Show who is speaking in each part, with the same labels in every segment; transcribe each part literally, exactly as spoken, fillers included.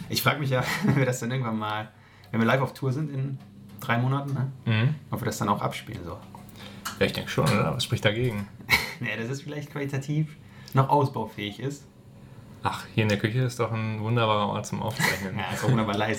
Speaker 1: Ich frage mich ja, wenn wir das dann irgendwann mal, wenn wir live auf Tour sind in drei Monaten, ne? Mhm. Ob wir das dann auch abspielen so.
Speaker 2: Ja, ich denke schon, oder? Was spricht dagegen?
Speaker 1: Nee, dass es vielleicht qualitativ noch ausbaufähig ist.
Speaker 2: Ach, hier in der Küche ist doch ein wunderbarer Ort zum Aufzeichnen.
Speaker 1: Ja, ist auch wunderbar leise.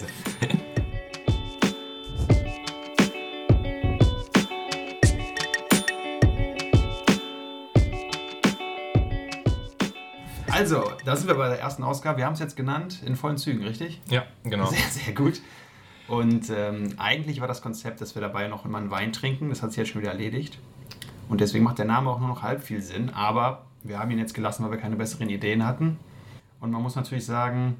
Speaker 1: Also, da sind wir bei der ersten Ausgabe. Wir haben es jetzt genannt, in vollen Zügen, richtig?
Speaker 2: Ja, genau.
Speaker 1: Sehr, sehr gut. Und ähm, eigentlich war das Konzept, dass wir dabei noch immer einen Wein trinken. Das hat sich jetzt schon wieder erledigt. Und deswegen macht der Name auch nur noch halb viel Sinn. Aber wir haben ihn jetzt gelassen, weil wir keine besseren Ideen hatten. Und man muss natürlich sagen,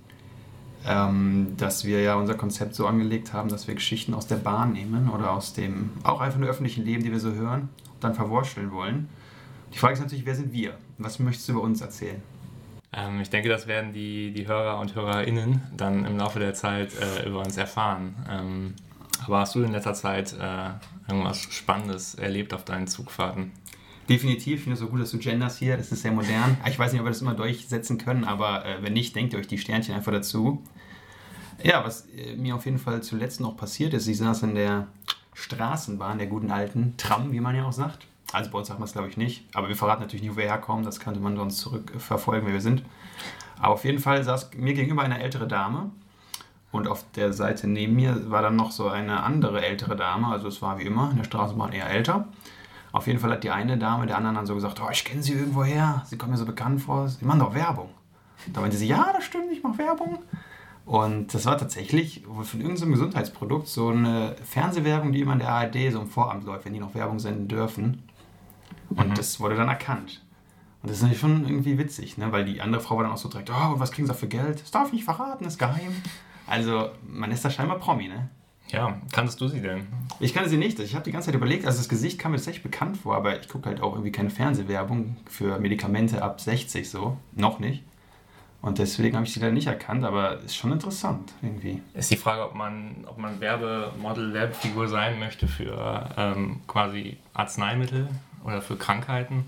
Speaker 1: ähm, dass wir ja unser Konzept so angelegt haben, dass wir Geschichten aus der Bahn nehmen oder aus dem auch einfach nur öffentlichen Leben, die wir so hören, dann verwursteln wollen. Die Frage ist natürlich, wer sind wir? Was möchtest du über uns erzählen?
Speaker 2: Ähm, ich denke, das werden die, die Hörer und HörerInnen dann im Laufe der Zeit äh, über uns erfahren. Ähm, aber hast du in letzter Zeit äh, irgendwas Spannendes erlebt auf deinen Zugfahrten?
Speaker 1: Definitiv, ich finde es so gut, dass du genders hier, das ist sehr modern. Ich weiß nicht, ob wir das immer durchsetzen können, aber äh, wenn nicht, denkt ihr euch die Sternchen einfach dazu. Ja, was äh, mir auf jeden Fall zuletzt noch passiert ist, ich saß in der Straßenbahn, der guten alten Tram, wie man ja auch sagt. Also bei uns sagt man es glaube ich nicht, aber wir verraten natürlich nicht, wo wir herkommen, das könnte man sonst zurückverfolgen, wer wir sind. Aber auf jeden Fall saß mir gegenüber eine ältere Dame und auf der Seite neben mir war dann noch so eine andere ältere Dame, also es war wie immer in der Straßenbahn eher älter. Auf jeden Fall hat die eine Dame der anderen dann so gesagt, oh, ich kenne sie irgendwo her, sie kommen mir so bekannt vor, sie machen doch Werbung. Da meinte sie, ja, das stimmt, ich mache Werbung. Und das war tatsächlich von irgendeinem Gesundheitsprodukt so eine Fernsehwerbung, die immer in der A R D so im Vorabend läuft, wenn die noch Werbung senden dürfen. Und mhm. das wurde dann erkannt. Und das ist natürlich schon irgendwie witzig, ne? Weil die andere Frau war dann auch so direkt, oh, und was kriegen sie für Geld? Das darf ich nicht verraten, das ist geheim. Also man ist da scheinbar Promi, ne?
Speaker 2: Ja, kanntest du sie denn?
Speaker 1: Ich kannte sie nicht. Ich habe die ganze Zeit überlegt, also das Gesicht kam mir tatsächlich bekannt vor, aber ich gucke halt auch irgendwie keine Fernsehwerbung für Medikamente ab sechzig so. Noch nicht. Und deswegen habe ich sie leider nicht erkannt, aber ist schon interessant irgendwie.
Speaker 2: Ist die Frage, ob man, ob man Werbemodel, Werbefigur sein möchte für ähm, quasi Arzneimittel oder für Krankheiten?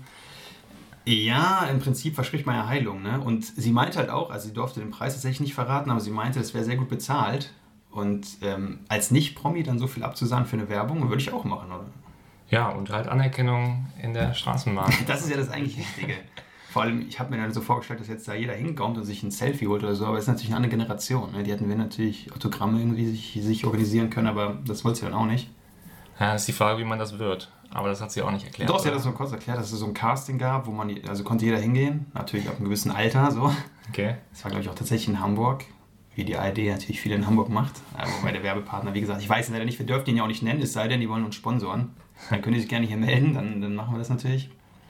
Speaker 1: Ja, im Prinzip verspricht man ja Heilung, ne? Und sie meinte halt auch, also sie durfte den Preis tatsächlich nicht verraten, aber sie meinte, es wäre sehr gut bezahlt. Und ähm, als Nicht-Promi dann so viel abzusagen für eine Werbung, würde ich auch machen, oder?
Speaker 2: Ja, und halt Anerkennung in der Straßenbahn.
Speaker 1: Das ist ja das eigentlich Wichtige. Vor allem, ich habe mir dann so vorgestellt, dass jetzt da jeder hinkommt und sich ein Selfie holt oder so, aber es ist natürlich eine andere Generation. Ne? Die hätten wir natürlich Autogramme irgendwie sich, sich organisieren können, aber das wollte sie dann auch nicht.
Speaker 2: Ja, das ist die Frage, wie man das wird. Aber das hat sie auch nicht erklärt.
Speaker 1: Doch, sie hat das nur kurz erklärt, dass es so ein Casting gab, wo man, also konnte jeder hingehen, natürlich ab einem gewissen Alter, so.
Speaker 2: Okay.
Speaker 1: Das war, glaube ich, auch tatsächlich in Hamburg, wie die A R D natürlich viel in Hamburg macht. Wobei der Werbepartner, wie gesagt, ich weiß leider nicht, wir dürfen ihn ja auch nicht nennen, es sei denn, die wollen uns sponsoren. Dann können die sich gerne hier melden, dann, dann machen wir das natürlich.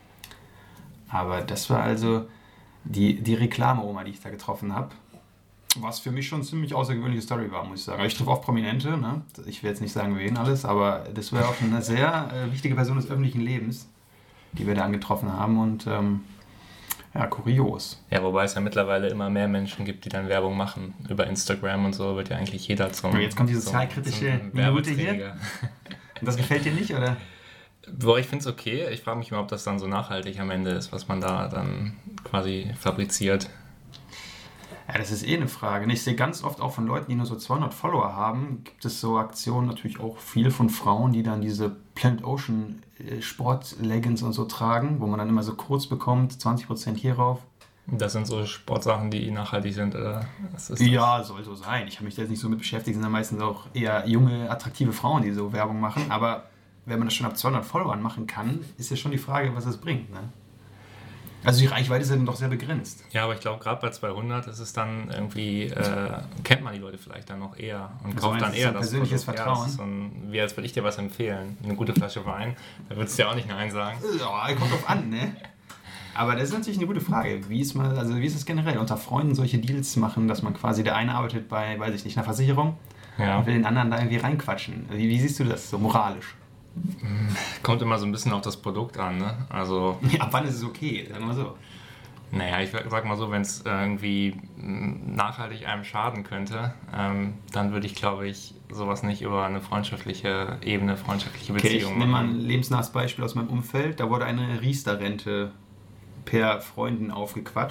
Speaker 1: Aber das war also die, die Reklame-Oma, die ich da getroffen habe. Was für mich schon eine ziemlich außergewöhnliche Story war, muss ich sagen. Ich treffe oft Prominente, ne? Ich will jetzt nicht sagen, wen alles, aber das war auch eine sehr äh, wichtige Person des öffentlichen Lebens, die wir da angetroffen haben und ähm, ja, kurios.
Speaker 2: Ja, wobei es ja mittlerweile immer mehr Menschen gibt, die dann Werbung machen. Über Instagram und so wird ja eigentlich jeder zum
Speaker 1: Und jetzt kommt die sozialkritische Minute hier. Und das gefällt dir nicht, oder?
Speaker 2: Boah, ich finde es okay. Ich frage mich mal, ob das dann so nachhaltig am Ende ist, was man da dann quasi fabriziert.
Speaker 1: Ja, das ist eh eine Frage. Ich sehe ganz oft auch von Leuten, die nur so zweihundert Follower haben, gibt es so Aktionen, natürlich auch viel von Frauen, die dann diese Planet Ocean Sport-Leggings und so tragen, wo man dann immer so kurz bekommt, zwanzig Prozent hierauf.
Speaker 2: Das sind so Sportsachen, die nachhaltig sind, oder? Was ist das?
Speaker 1: Ja, soll so sein. Ich habe mich da jetzt nicht so mit beschäftigt, sind dann meistens auch eher junge, attraktive Frauen, die so Werbung machen, aber wenn man das schon ab zweihundert Followern machen kann, ist ja schon die Frage, was das bringt, ne? Also die Reichweite ist ja dann doch sehr begrenzt.
Speaker 2: Ja, aber ich glaube, gerade bei zweihundert ist es dann irgendwie, äh, kennt man die Leute vielleicht dann noch eher und
Speaker 1: also
Speaker 2: kauft dann eher
Speaker 1: so
Speaker 2: das
Speaker 1: persönliches
Speaker 2: Produkt.
Speaker 1: Vertrauen.
Speaker 2: Ja, das ist so ein, wie als würde ich dir was empfehlen, eine gute Flasche Wein, da würdest du ja auch nicht Nein sagen.
Speaker 1: Ja, kommt drauf an, ne? Aber das ist natürlich eine gute Frage. Wie ist mal, also wie ist es generell, unter Freunden solche Deals machen, dass man quasi, der eine arbeitet bei, weiß ich nicht, einer Versicherung ja. und will den anderen da irgendwie reinquatschen. Wie, wie siehst du das so moralisch?
Speaker 2: Kommt immer so ein bisschen auf das Produkt an, ne? Also,
Speaker 1: ja, ab wann ist es okay? Sagen wir mal so.
Speaker 2: Naja, ich sag mal so, wenn es irgendwie nachhaltig einem schaden könnte, ähm, dann würde ich, glaube ich, sowas nicht über eine freundschaftliche Ebene, freundschaftliche Beziehung
Speaker 1: okay, ich nehme mal ein lebensnahes Beispiel aus meinem Umfeld. Da wurde eine Riester-Rente per Freunden aufgequatscht.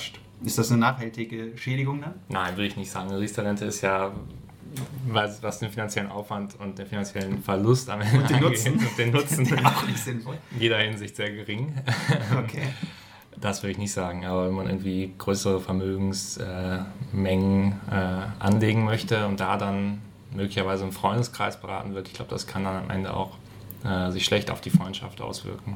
Speaker 1: Ist das eine nachhaltige Schädigung dann?
Speaker 2: Nein, würde ich nicht sagen. Eine Riester-Rente ist ja, was, was den finanziellen Aufwand und den finanziellen Verlust am Ende
Speaker 1: und den Nutzen,
Speaker 2: und den Nutzen
Speaker 1: der auch nicht sinnvoll.
Speaker 2: In jeder Hinsicht sehr gering.
Speaker 1: Okay.
Speaker 2: Das würde ich nicht sagen, aber wenn man irgendwie größere Vermögensmengen äh, äh, anlegen möchte und da dann möglicherweise im Freundeskreis beraten wird, ich glaube, das kann dann am Ende auch äh, sich schlecht auf die Freundschaft auswirken.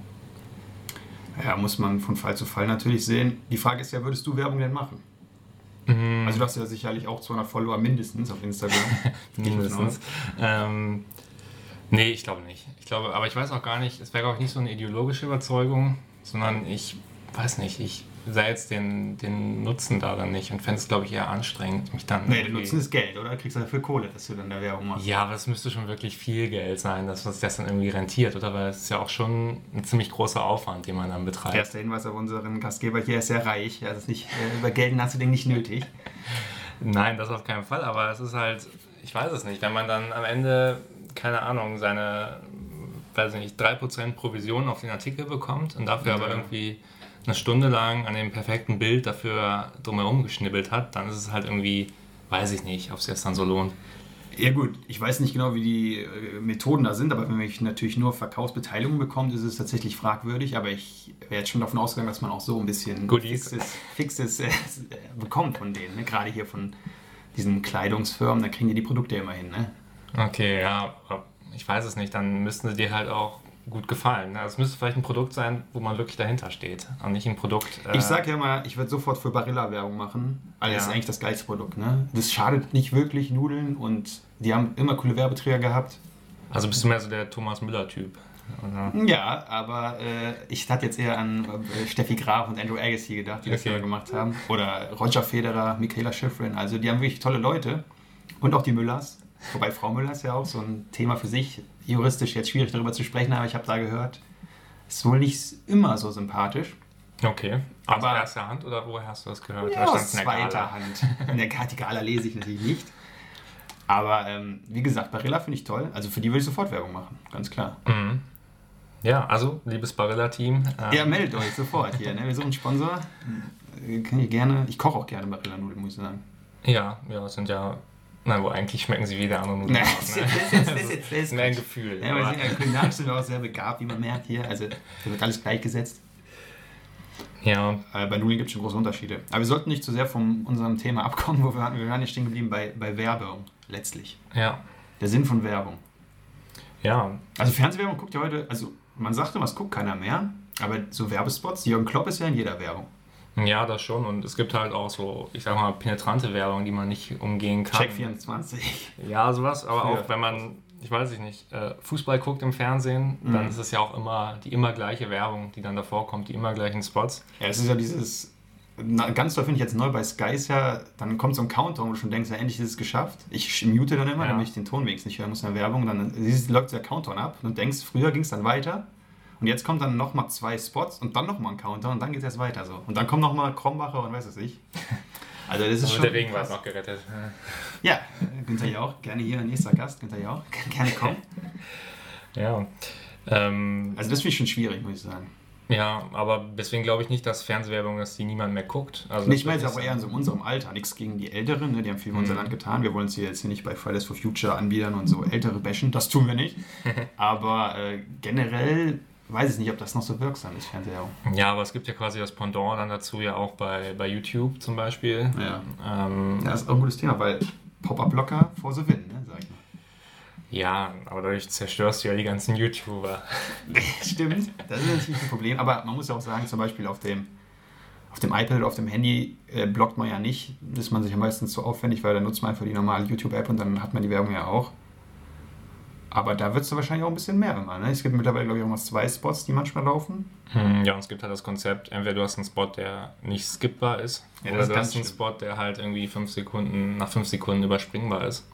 Speaker 1: Ja, muss man von Fall zu Fall natürlich sehen. Die Frage ist ja, würdest du Werbung denn machen? Mm. Also du hast ja sicherlich auch zweihundert Follower mindestens auf Instagram.
Speaker 2: mindestens. Ähm, nee, ich glaube nicht. Ich glaube, aber ich weiß auch gar nicht, es wäre auch nicht so eine ideologische Überzeugung, sondern ich weiß nicht, ich sah jetzt den, den Nutzen daran nicht und fände es, glaube ich, eher anstrengend, mich dann...
Speaker 1: Nee, der Nutzen ist Geld, oder? Du kriegst dafür Kohle, dass du dann da Werbung machst.
Speaker 2: Ja, aber es müsste schon wirklich viel Geld sein, dass das dann irgendwie rentiert, oder? Weil es ist ja auch schon ein ziemlich großer Aufwand, den man dann betreibt.
Speaker 1: Erster Hinweis auf unseren Gastgeber hier, ist sehr reich. Also ist nicht, äh, über Geld hast du den nicht nötig.
Speaker 2: Nein, das auf keinen Fall, aber es ist halt, ich weiß es nicht, wenn man dann am Ende, keine Ahnung, seine, weiß ich nicht, drei Prozent Provision auf den Artikel bekommt und dafür ja. aber irgendwie eine Stunde lang an dem perfekten Bild dafür drumherum geschnibbelt hat, dann ist es halt irgendwie, weiß ich nicht, ob es jetzt dann so lohnt.
Speaker 1: Ja gut, ich weiß nicht genau, wie die äh, Methoden da sind, aber wenn man natürlich nur Verkaufsbeteiligung bekommt, ist es tatsächlich fragwürdig, aber ich wäre jetzt schon davon ausgegangen, dass man auch so ein bisschen
Speaker 2: Goodies.
Speaker 1: Fixes, Fixes äh, bekommt von denen, ne? Gerade hier von diesen Kleidungsfirmen, da kriegen die die Produkte immer hin. Ne?
Speaker 2: Okay, ja, ich weiß es nicht, dann müssten sie dir halt auch gut gefallen. Ne? Es müsste vielleicht ein Produkt sein, wo man wirklich dahinter steht und nicht ein Produkt... Äh
Speaker 1: ich sag ja mal, ich würde sofort für Barilla Werbung machen, weil das
Speaker 2: ja.
Speaker 1: ist eigentlich das geilste Produkt. Ne? Das schadet nicht wirklich Nudeln und die haben immer coole Werbeträger gehabt.
Speaker 2: Also bist du mehr so der Thomas Müller-Typ? Oder?
Speaker 1: Ja, aber äh, ich hatte jetzt eher an äh, Steffi Graf und Andrew Agassi gedacht, die das
Speaker 2: okay.
Speaker 1: immer gemacht haben. Oder Roger Federer, Michaela Schifrin. Also die haben wirklich tolle Leute. Und auch die Müllers. Wobei Frau Müller ist ja auch so ein Thema für sich. Juristisch jetzt schwierig darüber zu sprechen, aber ich habe da gehört, ist wohl nicht immer so sympathisch.
Speaker 2: Okay. Aber aus
Speaker 1: erster
Speaker 2: Hand oder woher hast du das gehört?
Speaker 1: Ja, aus zweiter Hand. In der Gala lese ich natürlich nicht. Aber ähm, wie gesagt, Barilla finde ich toll. Also für die würde ich sofort Werbung machen, ganz klar.
Speaker 2: Mhm. Ja, also, liebes Barilla-Team.
Speaker 1: Ähm, ja, meldet euch sofort hier. Ne? Wir sind ein Sponsor. Kann ich gerne. Ich koche auch gerne Barilla-Nudeln, muss ich sagen.
Speaker 2: Ja, ja, das sind ja. Nein, wo eigentlich schmecken sie wie der andere Nudeln.
Speaker 1: Nee, das, ne? das, das, das, das ist
Speaker 2: mehr ein Gefühl.
Speaker 1: Ja, aber wir sind ja kulinarisch sind wir auch sehr begabt, wie man merkt hier. Also, da wird alles gleichgesetzt.
Speaker 2: Ja.
Speaker 1: Äh, bei Nudeln gibt es schon große Unterschiede. Aber wir sollten nicht zu sehr von unserem Thema abkommen, wo wir waren. Wir waren ja stehen geblieben bei, bei Werbung, letztlich.
Speaker 2: Ja.
Speaker 1: Der Sinn von Werbung.
Speaker 2: Ja.
Speaker 1: Also Fernsehwerbung guckt ja heute, also man sagt immer, es guckt keiner mehr, aber so Werbespots, Jürgen Klopp ist ja in jeder Werbung.
Speaker 2: Ja, das schon. Und es gibt halt auch so, ich sag mal, penetrante Werbung, die man nicht umgehen kann.
Speaker 1: Check vierundzwanzig.
Speaker 2: Ja, sowas, aber
Speaker 1: Früher.
Speaker 2: auch wenn man, ich weiß ich nicht, Fußball guckt im Fernsehen, mhm. dann ist es ja auch immer die immer gleiche Werbung, die dann davor kommt, die immer gleichen Spots.
Speaker 1: Ja, es ist ja dieses, na, ganz toll finde ich jetzt neu bei Sky ist ja, dann kommt so ein Countdown, wo du schon denkst, ja, endlich ist es geschafft. Ich mute dann immer, ja. damit ich den Ton wenigstens nicht hören muss in der Werbung. Dann läuft der Countdown ab und du denkst, früher ging es dann weiter. Und jetzt kommt dann nochmal zwei Spots und dann nochmal ein Countdown und dann geht es erst weiter so. Und dann kommt nochmal Krombacher und weiß es nicht. Also das ist
Speaker 2: also
Speaker 1: schon...
Speaker 2: der Regen war es noch gerettet.
Speaker 1: Ja, Günther Jauch, gerne hier, nächster Gast, Günther Jauch, gerne kommen.
Speaker 2: Ja. Ähm,
Speaker 1: also das finde ich schon schwierig, muss ich sagen.
Speaker 2: Ja, aber deswegen glaube ich nicht, dass Fernsehwerbung, dass die niemand mehr guckt. Also
Speaker 1: ich meine jetzt aber eher in so unserem Alter. Nichts gegen die Älteren, ne? Die haben viel für unser Land getan. Wir wollen uns hier jetzt hier nicht bei Fridays for Future Anbietern und so Ältere bashen. Das tun wir nicht. Aber äh, generell weiß ich nicht, ob das noch so wirksam ist, Fernsehwerbung.
Speaker 2: Ja, aber es gibt ja quasi das Pendant dann dazu ja auch bei, bei YouTube zum Beispiel.
Speaker 1: Ja.
Speaker 2: Ähm,
Speaker 1: ja, das ist auch ein gutes Thema, weil Pop-Up-Blocker for the win, ne? Sag ich mal.
Speaker 2: Ja, aber dadurch zerstörst du ja die ganzen YouTuber.
Speaker 1: Stimmt, das ist natürlich ein Problem. Aber man muss ja auch sagen, zum Beispiel auf dem, auf dem iPad oder auf dem Handy äh, blockt man ja nicht. Das ist man sich ja meistens zu aufwendig, weil da nutzt man einfach die normale YouTube-App und dann hat man die Werbung ja auch. Aber da wird es wahrscheinlich auch ein bisschen mehr immer. Ne? Es gibt mittlerweile, glaube ich, auch mal zwei Spots, die manchmal laufen.
Speaker 2: Hm, ja, und es gibt halt das Konzept, entweder du hast einen Spot, der nicht skippbar ist,
Speaker 1: ja,
Speaker 2: oder
Speaker 1: ist
Speaker 2: du hast einen
Speaker 1: schlimm.
Speaker 2: Spot, der halt irgendwie fünf Sekunden, nach fünf Sekunden überspringbar ist.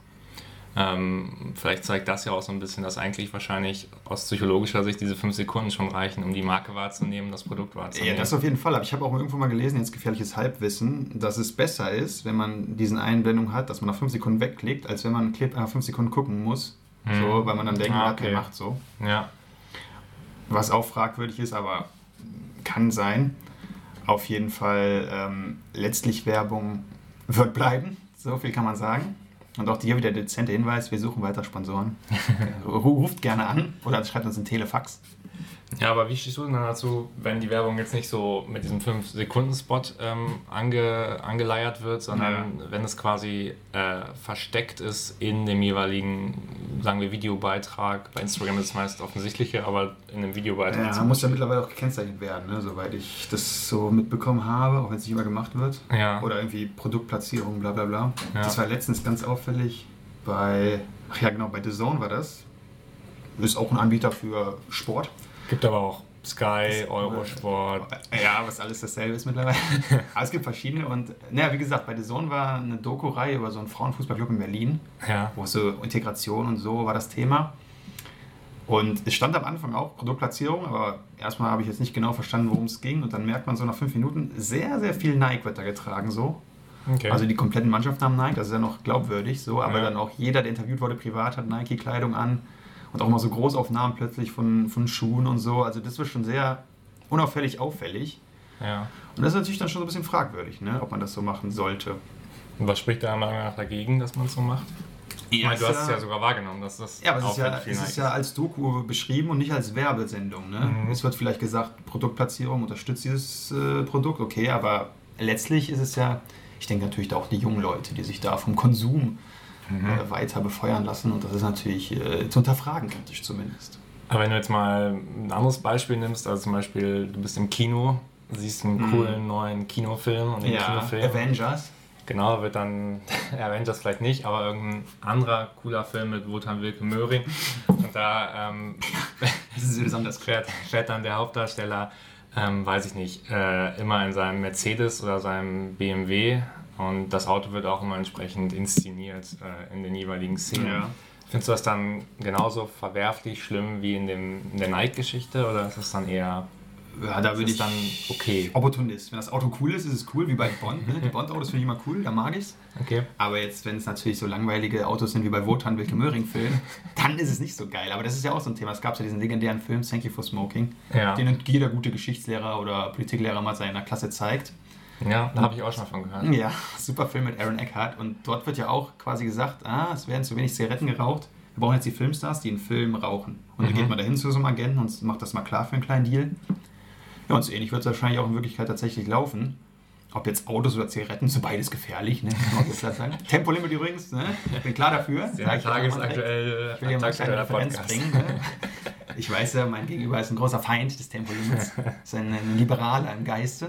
Speaker 2: Ähm, vielleicht zeigt das ja auch so ein bisschen, dass eigentlich wahrscheinlich aus psychologischer Sicht diese fünf Sekunden schon reichen, um die Marke wahrzunehmen, das Produkt wahrzunehmen.
Speaker 1: Ja, das auf jeden Fall. Aber ich habe auch irgendwo mal gelesen, jetzt gefährliches Halbwissen, dass es besser ist, wenn man diesen Einblendung hat, dass man nach fünf Sekunden wegklickt, als wenn man einen Clip nach fünf Sekunden gucken muss. Hm. So, weil man dann denkt,
Speaker 2: ah,
Speaker 1: okay. der macht so.
Speaker 2: Ja.
Speaker 1: Was auch fragwürdig ist, aber kann sein. Auf jeden Fall ähm, letztlich Werbung wird bleiben, so viel kann man sagen. Und auch hier wieder der dezente Hinweis, wir suchen weiter Sponsoren. Ruft gerne an oder schreibt uns einen Telefax.
Speaker 2: Ja, aber wie stehst du denn dazu, wenn die Werbung jetzt nicht so mit diesem fünf Sekunden Spot ähm, ange, angeleiert wird, sondern ja. wenn es quasi äh, versteckt ist in dem jeweiligen, sagen wir, Videobeitrag. Bei Instagram ist es meist offensichtlicher, aber in einem Videobeitrag.
Speaker 1: Ja, muss ja mittlerweile auch gekennzeichnet werden, ne? Soweit ich das so mitbekommen habe, auch wenn es nicht immer gemacht wird.
Speaker 2: Ja.
Speaker 1: Oder irgendwie Produktplatzierung, bla bla bla.
Speaker 2: Ja.
Speaker 1: Das war letztens ganz auffällig bei, ach ja genau, bei D A Z N war das. Ist auch ein Anbieter für Sport.
Speaker 2: Gibt aber auch Sky, Eurosport.
Speaker 1: Ja, was alles dasselbe ist mittlerweile. Aber es gibt verschiedene und, naja, wie gesagt, bei D A Z N war eine Doku-Reihe über so einen Frauenfußballclub in Berlin,
Speaker 2: ja.
Speaker 1: wo so Integration und so war das Thema. Und es stand am Anfang auch Produktplatzierung, aber erstmal habe ich jetzt nicht genau verstanden, worum es ging. Und dann merkt man so nach fünf Minuten, sehr, sehr viel Nike wird da getragen so.
Speaker 2: Okay.
Speaker 1: Also die kompletten Mannschaften haben Nike, das ist ja noch glaubwürdig so, aber
Speaker 2: ja.
Speaker 1: dann auch jeder, der interviewt wurde, privat hat Nike-Kleidung an. Und auch immer so Großaufnahmen plötzlich von, von Schuhen und so. Also das wird schon sehr unauffällig auffällig.
Speaker 2: Ja.
Speaker 1: Und das ist natürlich dann schon so ein bisschen fragwürdig, ne? Ob man das so machen sollte.
Speaker 2: Und was spricht da Meinung nach dagegen, dass man es so macht? Ich meine, du hast es ja sogar wahrgenommen, dass das
Speaker 1: ja, aber es ist ja, es ist ja als Doku beschrieben und nicht als Werbesendung. Ne? Mhm. Es wird vielleicht gesagt, Produktplatzierung unterstützt dieses äh, Produkt, okay, aber letztlich ist es ja, ich denke natürlich da auch die jungen Leute, die sich da vom Konsum Mhm. Äh, weiter befeuern lassen und das ist natürlich äh, zu hinterfragen, kritisch zumindest.
Speaker 2: Aber wenn du jetzt mal ein anderes Beispiel nimmst, also zum Beispiel du bist im Kino, siehst einen mhm. coolen neuen Kinofilm und den
Speaker 1: ja,
Speaker 2: Kinofilm.
Speaker 1: Avengers.
Speaker 2: Genau, wird dann Avengers vielleicht nicht, aber irgendein anderer cooler Film mit Wotan Wilke Möhring und da ähm,
Speaker 1: das ist besonders
Speaker 2: fährt, fährt dann der Hauptdarsteller, ähm, weiß ich nicht, äh, immer in seinem Mercedes oder seinem B M W. Und das Auto wird auch immer entsprechend inszeniert äh, in den jeweiligen Szenen. Ja. Findest du das dann genauso verwerflich, schlimm wie in, dem, in der Nike-Geschichte oder ist das dann eher
Speaker 1: ja, da bin ich
Speaker 2: dann okay?
Speaker 1: Opportunist. Wenn das Auto cool ist, ist es cool, wie bei Bond. Ne? Die Bond-Autos finde ich immer cool, da mag ich es.
Speaker 2: Okay.
Speaker 1: Aber jetzt, wenn es natürlich so langweilige Autos sind wie bei Wotan Wilke Möhring-Film, dann ist es nicht so geil. Aber das ist ja auch so ein Thema. Es gab ja diesen legendären Film Thank You for Smoking,
Speaker 2: ja.
Speaker 1: den jeder gute Geschichtslehrer oder Politiklehrer mal seiner Klasse zeigt.
Speaker 2: Ja, da habe ich auch schon von gehört.
Speaker 1: Ja, super Film mit Aaron Eckhart und dort wird ja auch quasi gesagt, ah, es werden zu wenig Zigaretten geraucht, wir brauchen jetzt die Filmstars, die in Filmen rauchen. Und mhm. dann geht man dahin zu so einem Agenten und macht das mal klar für einen kleinen Deal. Ja, und so ähnlich wird es wahrscheinlich auch in Wirklichkeit tatsächlich laufen. Ob jetzt Autos oder Zigaretten, so beides gefährlich, ne? Kann man klar sagen. Tempolimit übrigens, ne? Ich bin klar dafür.
Speaker 2: Sehr tagesaktuell.
Speaker 1: Ich will ja mal eine Referenz bringen. Ne? Ich weiß ja, mein Gegenüber ist ein großer Feind des Tempolimits. Ist ein, ein Liberaler im Geiste.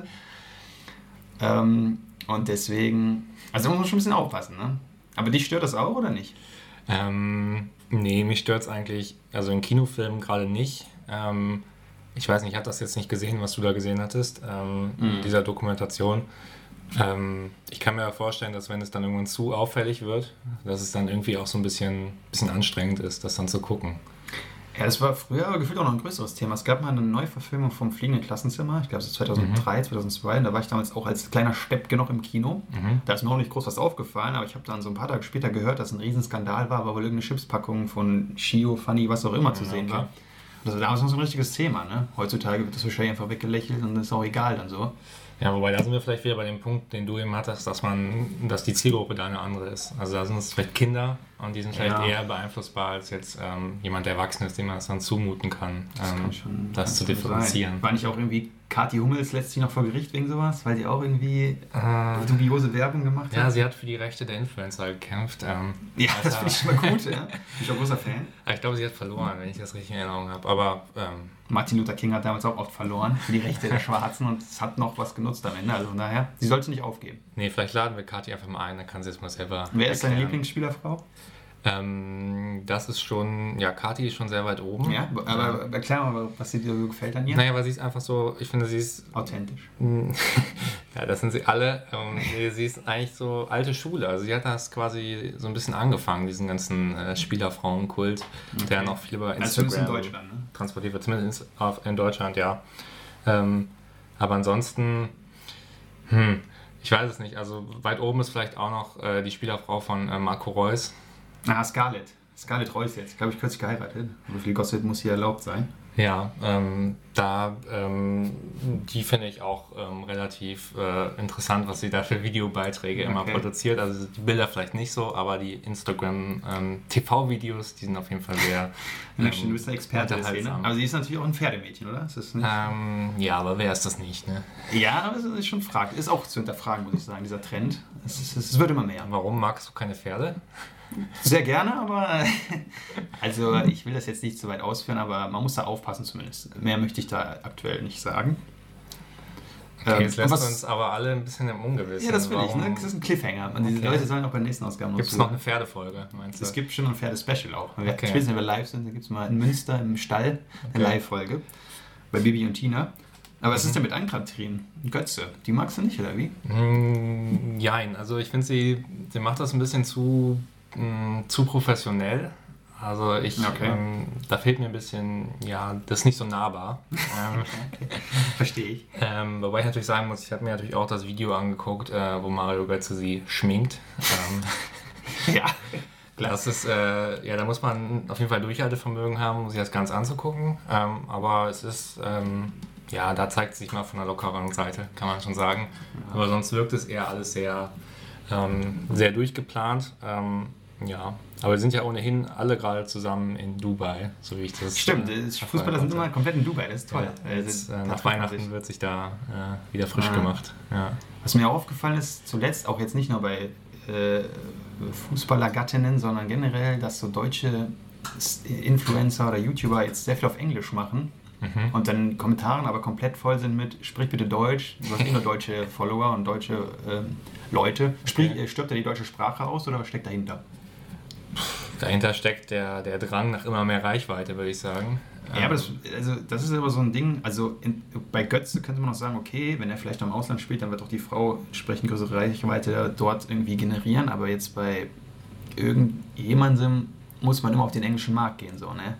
Speaker 1: Ähm, und deswegen, also muss man schon ein bisschen aufpassen, ne? Aber dich stört das auch oder nicht?
Speaker 2: Ähm, nee, mich stört es eigentlich, also in Kinofilmen gerade nicht. Ähm, ich weiß nicht, ich habe das jetzt nicht gesehen, was du da gesehen hattest, ähm, mhm. dieser Dokumentation. Ähm, ich kann mir ja vorstellen, dass wenn es dann irgendwann zu auffällig wird, dass es dann irgendwie auch so ein bisschen, bisschen anstrengend ist, das dann zu gucken.
Speaker 1: Ja, das war früher aber gefühlt auch noch ein größeres Thema. Es gab mal eine Neuverfilmung vom Fliegenden Klassenzimmer, ich glaube es ist zweitausenddrei, mhm. zweitausendzwei, und da war ich damals auch als kleiner Steppke noch im Kino. Mhm. Da ist mir auch nicht groß was aufgefallen, aber ich habe dann so ein paar Tage später gehört, dass es ein Riesenskandal war, weil wohl irgendeine Chipspackung von Shio, Funny, was auch immer zu sehen okay. war. Und das war damals noch so ein richtiges Thema, ne? Heutzutage wird das wahrscheinlich einfach weggelächelt und das ist auch egal dann so.
Speaker 2: Ja, wobei da sind wir vielleicht wieder bei dem Punkt, den du eben hattest, dass man, dass die Zielgruppe da eine andere ist. Also da sind es vielleicht Kinder und die sind vielleicht ja. eher beeinflussbar als jetzt ähm, jemand, der erwachsen ist, dem man das dann zumuten kann, das, ähm, kann schon, das zu differenzieren.
Speaker 1: Sein. War nicht auch irgendwie Kathi Hummels letztlich noch vor Gericht wegen sowas, weil sie auch irgendwie äh, dubiose Werbung gemacht hat?
Speaker 2: Ja, sie hat für die Rechte der Influencer gekämpft. Ähm,
Speaker 1: ja, das finde ich schon mal gut, ja. Bin ich auch großer Fan.
Speaker 2: Ich glaube, sie hat verloren, wenn ich das richtig in Erinnerung habe. Aber ähm,
Speaker 1: Martin Luther King hat damals auch oft verloren für die Rechte der Schwarzen und es hat noch was genutzt am Ende. Also von daher, sie sollte nicht aufgeben.
Speaker 2: Nee, vielleicht laden wir Kathi einfach mal ein, dann kann sie es mal selber
Speaker 1: Wer
Speaker 2: erklären.
Speaker 1: ist deine Lieblingsspielerfrau?
Speaker 2: Ähm, das ist schon, ja, Kathi ist schon sehr weit oben.
Speaker 1: Ja, aber erklär mal, was dir so gefällt an ihr.
Speaker 2: Naja, weil sie ist einfach so, ich finde, sie ist...
Speaker 1: authentisch.
Speaker 2: Ja, das sind sie alle. Ähm, sie ist eigentlich so alte Schule. Also sie hat das quasi so ein bisschen angefangen, diesen ganzen äh, Spielerfrauenkult, okay. der noch viel über Instagram
Speaker 1: also in Deutschland, ne?
Speaker 2: transportiert wird. Zumindest in Deutschland, ja. Ähm, aber ansonsten, hm, ich weiß es nicht. Also weit oben ist vielleicht auch noch äh, die Spielerfrau von äh, Marco Reus.
Speaker 1: Ah, Scarlett. Scarlett Reus jetzt. Glaube ich, kürzlich geheiratet. So viel Gossip muss hier erlaubt sein.
Speaker 2: Ja, ähm, da, ähm, die finde ich auch ähm, relativ äh, interessant, was sie da für Videobeiträge immer
Speaker 1: Okay.
Speaker 2: produziert. Also die Bilder vielleicht nicht so, aber die Instagram-T V-Videos, die sind auf jeden Fall sehr
Speaker 1: Ähm, du bist ein Experte der Szene.
Speaker 2: unterhaltsam.
Speaker 1: Aber sie ist natürlich auch ein Pferdemädchen, oder? Ist das nicht?
Speaker 2: Ähm, ja, aber wer ist das nicht, ne?
Speaker 1: Ja, aber es ist schon fraglich. Ist auch zu hinterfragen, muss ich sagen, dieser Trend. Es, ist, es wird immer mehr.
Speaker 2: Warum magst du keine Pferde?
Speaker 1: Sehr gerne, aber also ich will das jetzt nicht zu weit ausführen, aber man muss da aufpassen zumindest. Mehr möchte ich da aktuell nicht sagen.
Speaker 2: Okay,
Speaker 1: Ähm,
Speaker 2: jetzt lässt
Speaker 1: was-
Speaker 2: uns aber alle ein bisschen im Ungewissen.
Speaker 1: Ja, das will ich.
Speaker 2: Warum-
Speaker 1: Ne? Das ist ein Cliffhanger. Und diese
Speaker 2: Okay.
Speaker 1: Leute sollen auch bei der nächsten Ausgabe noch
Speaker 2: Gibt es
Speaker 1: zu-
Speaker 2: noch eine Pferdefolge, meinst du?
Speaker 1: Es gibt schon ein Pferde-Special auch. Wir-
Speaker 2: Okay.
Speaker 1: Spätestens, wenn wir live sind, da gibt es mal in Münster im Stall eine
Speaker 2: Okay.
Speaker 1: Live-Folge bei Bibi und Tina. Aber was ist denn mit Ankatrin? Götze, die magst du nicht, oder wie?
Speaker 2: Mm, Jein, also ich finde, sie, sie macht das ein bisschen zu, mm, zu professionell. Also ich,
Speaker 1: Okay.
Speaker 2: ähm, da fehlt mir ein bisschen, ja, das ist nicht so nahbar. ähm,
Speaker 1: Verstehe ich.
Speaker 2: ähm, wobei ich natürlich sagen muss, ich habe mir natürlich auch das Video angeguckt, äh, wo Mario Götze sie schminkt. Ähm,
Speaker 1: Ja.
Speaker 2: Das ist, äh, ja, da muss man auf jeden Fall Durchhaltevermögen haben, um sich das Ganze anzugucken. Ähm, aber es ist, ähm, ja, da zeigt es sich mal von einer lockeren Seite, kann man schon sagen. Aber sonst wirkt es eher alles sehr, ähm, sehr durchgeplant. Ähm, ja, aber wir sind ja ohnehin alle gerade zusammen in Dubai, so wie ich das.
Speaker 1: Stimmt,
Speaker 2: äh,
Speaker 1: das Fußballer sind immer komplett in Dubai, das ist toll.
Speaker 2: Ja,
Speaker 1: Äh,
Speaker 2: jetzt,
Speaker 1: sind-
Speaker 2: äh,
Speaker 1: da
Speaker 2: nach
Speaker 1: trifft man
Speaker 2: Weihnachten
Speaker 1: sich.
Speaker 2: wird sich da äh, wieder frisch
Speaker 1: Ah.
Speaker 2: gemacht. Ja.
Speaker 1: Was mir auch aufgefallen ist, zuletzt, auch jetzt nicht nur bei äh, Fußballergattinnen, sondern generell, dass so deutsche Influencer oder YouTuber jetzt sehr viel auf Englisch machen
Speaker 2: Mhm.
Speaker 1: und dann Kommentaren aber komplett voll sind mit sprich bitte Deutsch, du hast eh nur deutsche Follower und deutsche ähm, Leute. Sprich,
Speaker 2: Okay.
Speaker 1: äh, stirbt da die deutsche Sprache aus oder was steckt dahinter?
Speaker 2: Dahinter steckt der, der Drang nach immer mehr Reichweite, würde ich sagen.
Speaker 1: Ja, aber das, also, das ist aber so ein Ding, also in, bei Götze könnte man noch sagen, okay, wenn er vielleicht im Ausland spielt, dann wird auch die Frau entsprechend größere Reichweite dort irgendwie generieren, aber jetzt bei irgendjemandem muss man immer auf den englischen Markt gehen, so, ne?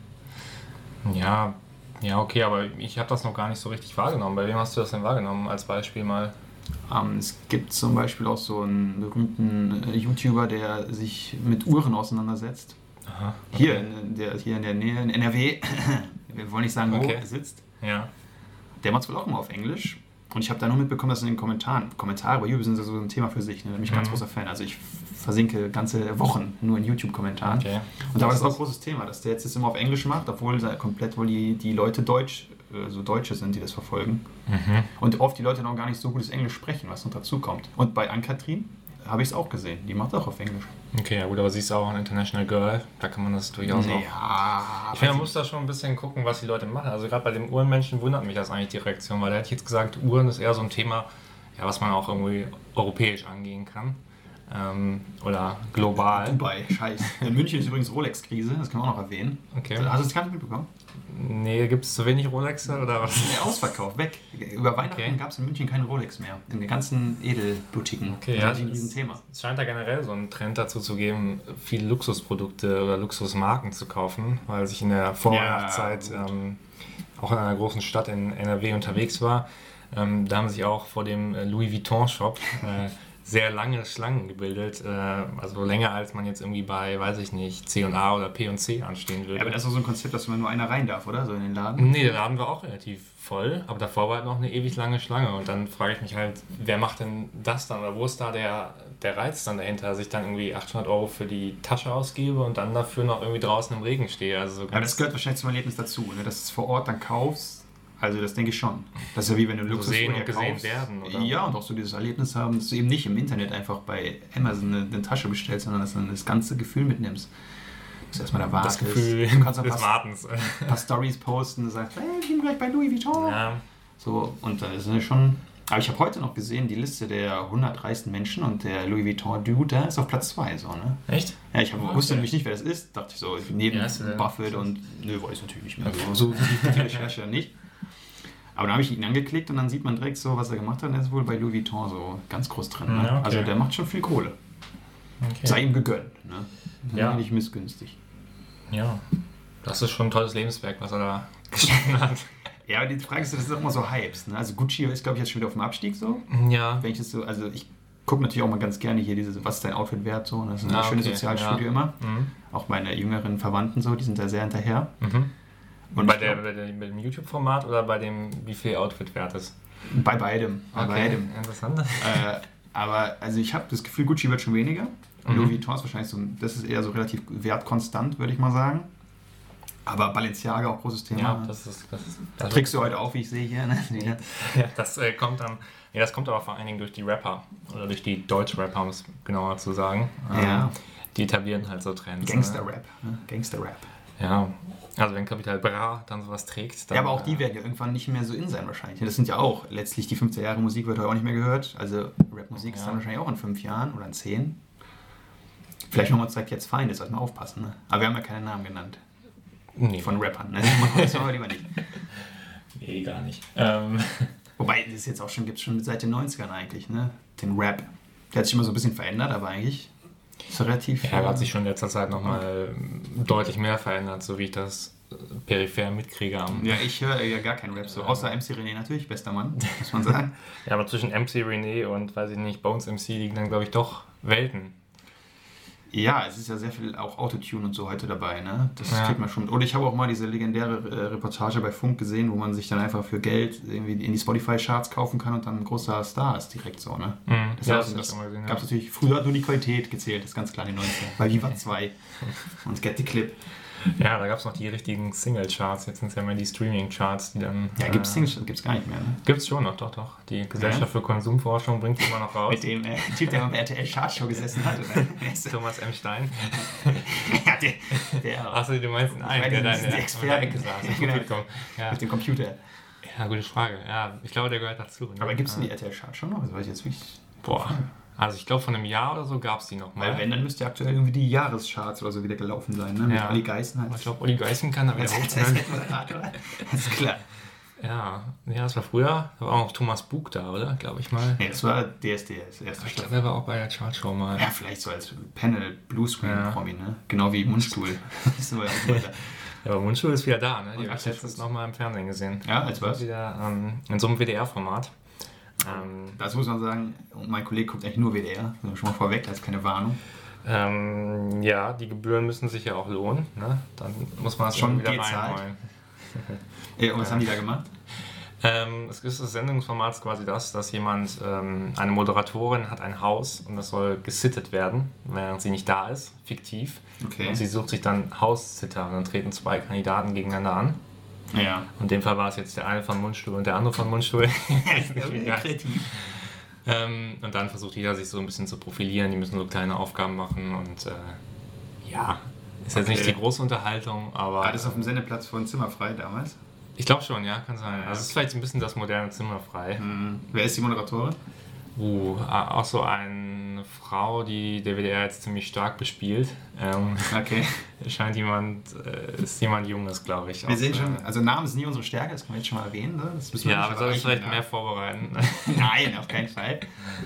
Speaker 2: Ja, ja, okay, aber ich habe das noch gar nicht so richtig wahrgenommen. Bei wem hast du das denn wahrgenommen als Beispiel mal?
Speaker 1: Ähm, es gibt zum Beispiel auch so einen berühmten äh, YouTuber, der sich mit Uhren auseinandersetzt.
Speaker 2: Aha.
Speaker 1: Hier, in der, hier in der Nähe, in N R W, wir wollen nicht sagen, wo
Speaker 2: Okay.
Speaker 1: er sitzt.
Speaker 2: Ja.
Speaker 1: Der macht es wohl auch immer auf Englisch. Und ich habe da nur mitbekommen, dass in den Kommentaren, Kommentare bei YouTube sind so ein Thema für sich. Ne? Da bin ich ganz
Speaker 2: Mhm.
Speaker 1: großer Fan. Also ich versinke ganze Wochen nur in YouTube-Kommentaren.
Speaker 2: Okay.
Speaker 1: Und da war
Speaker 2: Das
Speaker 1: das auch
Speaker 2: ist-
Speaker 1: ein großes Thema, dass der jetzt das immer auf Englisch macht, obwohl da komplett wohl die, die Leute Deutsch, äh, so Deutsche sind, die das verfolgen.
Speaker 2: Mhm.
Speaker 1: Und oft die Leute noch gar nicht so gutes Englisch sprechen, was noch dazu kommt. Und bei Ann-Kathrin habe ich es auch gesehen. Die macht auch auf Englisch.
Speaker 2: Okay, ja gut, aber sie ist auch ein International Girl. Da kann man das durchaus auch.
Speaker 1: Ja,
Speaker 2: Ich finde, man muss da schon ein bisschen gucken, was die Leute machen. Also gerade bei dem Uhrenmenschen wundert mich das eigentlich die Reaktion, weil da hätte ich jetzt gesagt, Uhren ist eher so ein Thema, ja, was man auch irgendwie europäisch angehen kann. Ähm, oder global.
Speaker 1: Dubai, scheiße. In München ist übrigens Rolex-Krise, das kann man auch noch erwähnen.
Speaker 2: Okay.
Speaker 1: Hast du das gar nicht mitbekommen?
Speaker 2: Nee, gibt es zu wenig Rolexe oder was?
Speaker 1: Der Ausverkauf, weg. Über Weihnachten
Speaker 2: Okay.
Speaker 1: gab es in München keine Rolex mehr. In den ganzen Edelboutiquen.
Speaker 2: Okay,
Speaker 1: das
Speaker 2: ja,
Speaker 1: ist ein
Speaker 2: es-
Speaker 1: Riesenthema.
Speaker 2: Es scheint da generell so einen Trend dazu zu geben, viele Luxusprodukte oder Luxusmarken zu kaufen, weil ich in der Vorweihnachtszeit
Speaker 1: Ja, gut.
Speaker 2: ähm, auch in einer großen Stadt in N R W unterwegs war. Ähm, da haben sich auch vor dem äh, Louis Vuitton-Shop äh, sehr lange Schlangen gebildet, äh, also länger als man jetzt irgendwie bei, weiß ich nicht, C und A oder P und C anstehen würde.
Speaker 1: Ja, aber das ist doch so ein Konzept, dass man nur einer rein darf, oder? So in den Laden.
Speaker 2: Nee, der Laden war auch relativ voll, aber davor war halt noch eine ewig lange Schlange und dann frage ich mich halt, wer macht denn das dann oder wo ist da der, der Reiz dann dahinter, dass ich dann irgendwie achthundert Euro für die Tasche ausgebe und dann dafür noch irgendwie draußen im Regen stehe. Also so
Speaker 1: Aber
Speaker 2: ganz
Speaker 1: das gehört wahrscheinlich zum Erlebnis dazu, ne? Dass du es vor Ort dann kaufst. Also das denke ich schon. Das ist ja wie wenn du Luxus
Speaker 2: sehen und
Speaker 1: vorher
Speaker 2: gesehen
Speaker 1: kaufst.
Speaker 2: werden, oder?
Speaker 1: Ja, und auch so dieses Erlebnis haben, dass du eben nicht im Internet einfach bei Amazon eine, eine Tasche bestellst, sondern dass du dann das ganze Gefühl mitnimmst. Dass du erstmal da wartest.
Speaker 2: das Gefühl
Speaker 1: Du kannst ein
Speaker 2: des
Speaker 1: paar,
Speaker 2: Wartens.
Speaker 1: ein paar Stories posten und sagst, hey, ich bin gleich bei Louis Vuitton.
Speaker 2: Ja,
Speaker 1: So, und dann ist es schon... Aber ich habe heute noch gesehen, die Liste der hundert reichsten Menschen und der Louis Vuitton-Dude, der ist auf Platz zwei, so, ne?
Speaker 2: echt?
Speaker 1: Ja, ich hab,
Speaker 2: Okay.
Speaker 1: wusste nämlich nicht, wer das ist. Dachte ich so, neben
Speaker 2: Ja, ist, äh,
Speaker 1: Buffett und... Nö, weiß ich natürlich nicht mehr. So, so tief die Recherche nicht. Aber dann habe ich ihn angeklickt und dann sieht man direkt so, was er gemacht hat. Und er ist wohl bei Louis Vuitton so ganz groß drin. Ne?
Speaker 2: Ja, okay.
Speaker 1: Also der macht schon viel Kohle.
Speaker 2: Okay.
Speaker 1: Sei ihm gegönnt. Ne?
Speaker 2: Ja.
Speaker 1: Nicht missgünstig.
Speaker 2: Ja, das ist schon ein tolles Lebenswerk, was er da geschaffen hat.
Speaker 1: Ja, aber die Frage ist, das ist auch immer so Hypes. Ne? Also Gucci ist, glaube ich, jetzt schon wieder auf dem Abstieg so.
Speaker 2: Ja,
Speaker 1: Wenn ich das so, also ich gucke natürlich auch mal ganz gerne hier diese, was ist dein Outfit wert so. Das ist eine
Speaker 2: Ah,
Speaker 1: schöne
Speaker 2: okay,
Speaker 1: Sozialstudie
Speaker 2: ja.
Speaker 1: immer.
Speaker 2: Mhm.
Speaker 1: Auch meine jüngeren Verwandten so, die sind da sehr hinterher.
Speaker 2: Mhm. Und bei, der, bei dem YouTube-Format oder bei dem, wie viel Outfit wert ist?
Speaker 1: Bei beidem. Bei
Speaker 2: okay,
Speaker 1: beidem.
Speaker 2: Interessant.
Speaker 1: Äh, aber also ich habe das Gefühl, Gucci wird schon weniger. Mhm. Louis Vuitton ist wahrscheinlich so, das ist eher so relativ wertkonstant, würde ich mal sagen. Aber Balenciaga auch großes Thema.
Speaker 2: Ja, das ist... Das ist das
Speaker 1: Trickst du heute auf, wie ich sehe hier. Ne?
Speaker 2: Ja, das äh, kommt dann... Ja, das kommt aber vor allen Dingen durch die Rapper. Oder durch die Deutsch-Rapper, um es genauer zu sagen.
Speaker 1: Ja.
Speaker 2: Ähm, die etablieren halt so Trends.
Speaker 1: Gangster-Rap. Ne? Gangster-Rap.
Speaker 2: Ja, also wenn Capital Bra dann sowas trägt, dann...
Speaker 1: Ja, aber auch die werden ja irgendwann nicht mehr so in sein wahrscheinlich. Das sind ja auch letztlich die fünfziger Jahre Musik wird heute auch nicht mehr gehört. Also Rap-Musik ja. ist dann wahrscheinlich auch in fünf Jahren oder in zehn. Vielleicht haben wir uns gesagt, jetzt Feinde, jetzt sollten wir aufpassen. Ne? Aber wir haben ja keine Namen genannt. Nee. Von Rappern. Ne? Das machen wir lieber nicht.
Speaker 2: Nee, gar nicht. Ähm.
Speaker 1: Wobei, das jetzt auch schon gibt es schon seit den neunzigern eigentlich, ne? Den Rap. Der hat sich immer so ein bisschen verändert, aber eigentlich ist er relativ...
Speaker 2: Ja, er hat sich schon in letzter Zeit nochmal deutlich mehr verändert, so wie ich das peripher mitkriege. Am
Speaker 1: ja, ich höre ja gar keinen Rap so, außer M C René natürlich, bester Mann, muss man sagen.
Speaker 2: Ja, aber zwischen M C René und, weiß ich nicht, Bones M C liegen dann, glaube ich, doch Welten.
Speaker 1: Ja, es ist ja sehr viel auch Autotune und so heute dabei, ne? Das
Speaker 2: ja.
Speaker 1: kriegt man schon mit. Und ich habe auch mal diese legendäre äh, Reportage bei Funk gesehen, wo man sich dann einfach für Geld irgendwie in die Spotify-Charts kaufen kann und dann ein großer Star ist direkt so, ne?
Speaker 2: Mhm.
Speaker 1: Das,
Speaker 2: ja,
Speaker 1: das, das, das gab es natürlich früher nur die Qualität gezählt, das ist ganz klar in den neunzigern. Bei Viva zwei und Get the Clip.
Speaker 2: Ja, da gab es noch die richtigen Single-Charts, jetzt sind es ja mehr die Streaming-Charts, die dann...
Speaker 1: Ja, gibt es äh, Singles, gibt es gar nicht mehr, ne?
Speaker 2: Gibt es schon noch, doch, doch. Die Gesellschaft ja. für Konsumforschung bringt die immer noch raus.
Speaker 1: Mit dem äh, Typ, der mal bei R T L Chartshow gesessen hat, oder?
Speaker 2: Thomas M. Stein.
Speaker 1: Ja, der... der
Speaker 2: Achso, du meinst einen, der da in der, in der Ecke saß.
Speaker 1: Genau.
Speaker 2: Ja.
Speaker 1: Mit dem Computer.
Speaker 2: Ja, gute Frage. Ja, ich glaube, der gehört dazu. Ne?
Speaker 1: Aber gibt es denn die R T L Chartshow noch? Das weiß ich jetzt wirklich...
Speaker 2: Boah. Also ich glaube, von einem Jahr oder so gab es die noch mal.
Speaker 1: Weil wenn, dann müsste ja aktuell irgendwie die Jahrescharts oder so wieder gelaufen sein, ne? Mit
Speaker 2: ja.
Speaker 1: Olli Geißen halt.
Speaker 2: Ich glaube, Olli Geißen kann da wieder hochziehen.
Speaker 1: Das ist klar.
Speaker 2: Ja, ja, das war früher, da war auch noch Thomas Bug da, oder? Glaube ich mal.
Speaker 1: Nee, das war D S D S, erste
Speaker 2: Ich glaube, der war auch bei der Chartshow mal.
Speaker 1: Ja, vielleicht so als Panel Bluescreen-Promi, ja. ne? Genau wie Mundstuhl. so ja,
Speaker 2: aber Mundstuhl ist wieder da, ne? Die habe ich letztens noch mal im Fernsehen gesehen.
Speaker 1: Ja, als was?
Speaker 2: Wieder ähm, in so einem W D R-Format.
Speaker 1: Ähm, das muss man sagen, und mein Kollege guckt eigentlich nur W D R, also schon mal vorweg, das ist keine Warnung.
Speaker 2: Ähm, ja, die Gebühren müssen sich ja auch lohnen, ne? Dann muss man das schon wieder reinholen.
Speaker 1: Ja, und was ja. haben die da gemacht?
Speaker 2: Ähm, es ist das Sendungsformat quasi das, dass jemand, ähm, eine Moderatorin hat ein Haus und das soll gesittet werden, während sie nicht da ist, fiktiv.
Speaker 1: Okay.
Speaker 2: Und sie sucht sich dann Haussitter und dann treten zwei Kandidaten gegeneinander an.
Speaker 1: Ja.
Speaker 2: Und in dem Fall war es jetzt der eine von Mundstuhl und der andere von Mundstuhl.
Speaker 1: Kreativ.
Speaker 2: Ähm, und dann versucht jeder sich so ein bisschen zu profilieren, die müssen so kleine Aufgaben machen und äh, ja, ist jetzt okay. nicht die große Unterhaltung, aber...
Speaker 1: War das auf dem Sendeplatz von Zimmerfrei damals?
Speaker 2: Ich glaube schon, ja, kann sein. Also es ist vielleicht ein bisschen das moderne Zimmerfrei.
Speaker 1: Mhm. Wer ist die Moderatorin?
Speaker 2: Uh, auch so eine Frau, die der W D R jetzt ziemlich stark bespielt. Ähm,
Speaker 1: okay.
Speaker 2: Scheint jemand, äh, ist jemand Junges, glaube ich.
Speaker 1: Wir
Speaker 2: aus,
Speaker 1: sehen schon, also Namen sind nie unsere Stärke, das können wir jetzt schon mal erwähnen. Ne? Das müssen wir
Speaker 2: ja, aber soll ich vielleicht ja. mehr vorbereiten?
Speaker 1: Nein, auf keinen Fall.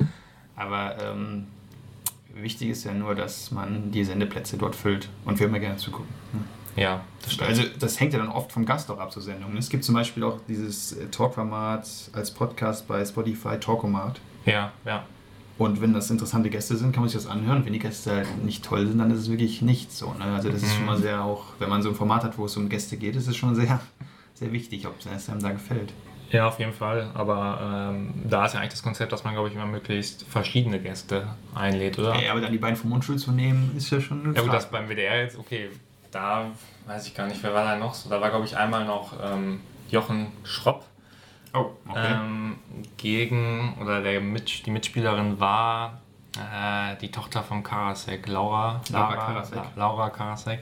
Speaker 1: Aber ähm, wichtig ist ja nur, dass man die Sendeplätze dort füllt und wir immer gerne zugucken. Ne?
Speaker 2: Ja, das stimmt.
Speaker 1: Also das hängt ja dann oft vom Gast auch ab zur Sendung. Es gibt zum Beispiel auch dieses Talkformat als Podcast bei Spotify, Talkomat.
Speaker 2: Ja, ja.
Speaker 1: Und wenn das interessante Gäste sind, kann man sich das anhören. Wenn die Gäste halt nicht toll sind, dann ist es wirklich nichts so. Ne? Also das ist mhm. schon mal sehr auch, wenn man so ein Format hat, wo es um Gäste geht, ist es schon sehr, sehr wichtig, ob es einem da gefällt.
Speaker 2: Ja, auf jeden Fall. Aber ähm, da ist ja eigentlich das Konzept, dass man, glaube ich, immer möglichst verschiedene Gäste einlädt, oder?
Speaker 1: Ja, aber dann die beiden vom Mundstuhl zu nehmen, ist ja schon eine
Speaker 2: Ja gut, das beim W D R jetzt, okay, da weiß ich gar nicht, wer war da noch so. Da war, glaube ich, einmal noch ähm, Jochen Schropp.
Speaker 1: Oh, okay.
Speaker 2: Ähm, gegen, oder der Mit, die Mitspielerin war äh, die Tochter von Karasek, Laura.
Speaker 1: Laura Karasek.
Speaker 2: La, Laura Karasek.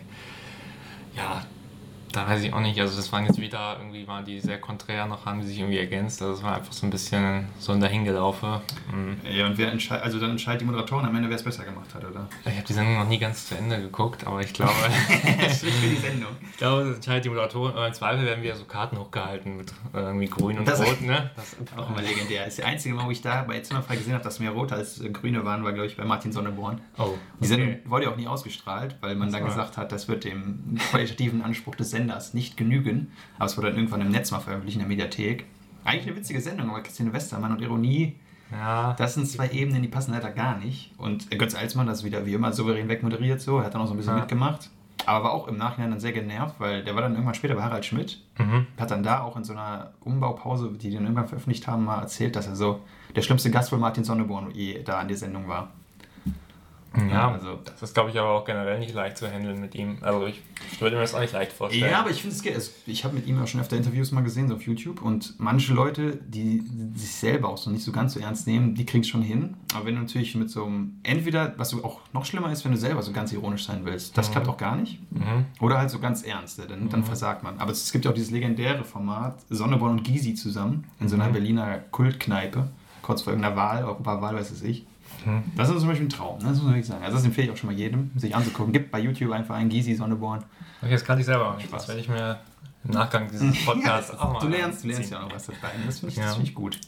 Speaker 2: Ja, da weiß ich auch nicht, also das waren jetzt wieder, irgendwie waren die sehr konträr noch, haben die sich irgendwie ergänzt, also es war einfach so ein bisschen so ein Dahingelaufe. Mhm.
Speaker 1: Ja, und wer entscheidet, also dann entscheidet die Moderatorin am Ende, wer es besser gemacht hat, oder?
Speaker 2: Ich habe die Sendung noch nie ganz zu Ende geguckt, aber ich glaube...
Speaker 1: Das ist für die Sendung.
Speaker 2: Ich glaube, das entscheidet die Moderatorin, aber im Zweifel werden wieder so Karten hochgehalten mit äh, irgendwie grün und
Speaker 1: das
Speaker 2: rot, ne? Das ist
Speaker 1: auch immer legendär. Das ist der einzige Mal, wo ich da bei Zimmerfrei gesehen habe, dass mehr rote als grüne waren, war, glaube ich, bei Martin Sonneborn.
Speaker 2: Oh, okay.
Speaker 1: Die Sendung wurde ja auch nie ausgestrahlt, weil man dann gesagt hat, das wird dem qualitativen Anspruch des Senders nicht genügen. Aber es wurde dann irgendwann im Netz mal veröffentlicht, in der Mediathek. Eigentlich eine witzige Sendung, aber Christine Westermann und Ironie,
Speaker 2: ja.
Speaker 1: Das sind zwei Ebenen, die passen leider gar nicht. Und Götz Alsmann, das ist wieder wie immer souverän wegmoderiert so, er hat dann auch so ein bisschen ja. mitgemacht. Aber war auch im Nachhinein dann sehr genervt, weil der war dann irgendwann später bei Harald Schmidt.
Speaker 2: Mhm.
Speaker 1: Hat dann da auch in so einer Umbaupause, die die dann irgendwann veröffentlicht haben, mal erzählt, dass er so der schlimmste Gast wohl Martin Sonneborn je da an der Sendung war.
Speaker 2: Ja,
Speaker 1: also
Speaker 2: das ist, glaube ich, aber auch generell nicht leicht zu handeln mit ihm. Also ich, ich würde mir das auch nicht leicht vorstellen.
Speaker 1: Ja, aber ich finde es geht. Ich habe mit ihm auch schon öfter Interviews mal gesehen, so auf YouTube. Und manche Leute, die sich selber auch so nicht so ganz so ernst nehmen, die kriegen es schon hin. Aber wenn du natürlich mit so einem, entweder, was du auch noch schlimmer ist, wenn du selber so ganz ironisch sein willst, das mhm. klappt auch gar nicht. Mhm. Oder halt so ganz ernst, dann, mhm. dann versagt man. Aber es gibt ja auch dieses legendäre Format, Sonneborn und Gysi zusammen, in so einer mhm. Berliner Kultkneipe, kurz vor irgendeiner Wahl, Europawahl, weiß es ich. Das ist zum Beispiel ein Traum, ne? Das muss man wirklich sagen. Also das empfehle ich auch schon mal jedem, sich anzugucken. Gibt bei YouTube einfach einen Gysi Sonneborn.
Speaker 2: Okay, das kann ich selber auch nicht. Das werde ich mir im Nachgang dieses Podcasts
Speaker 1: ja,
Speaker 2: auch mal
Speaker 1: Du lernst, du lernst ja auch noch was dabei. Das finde ich, ja. find ich gut.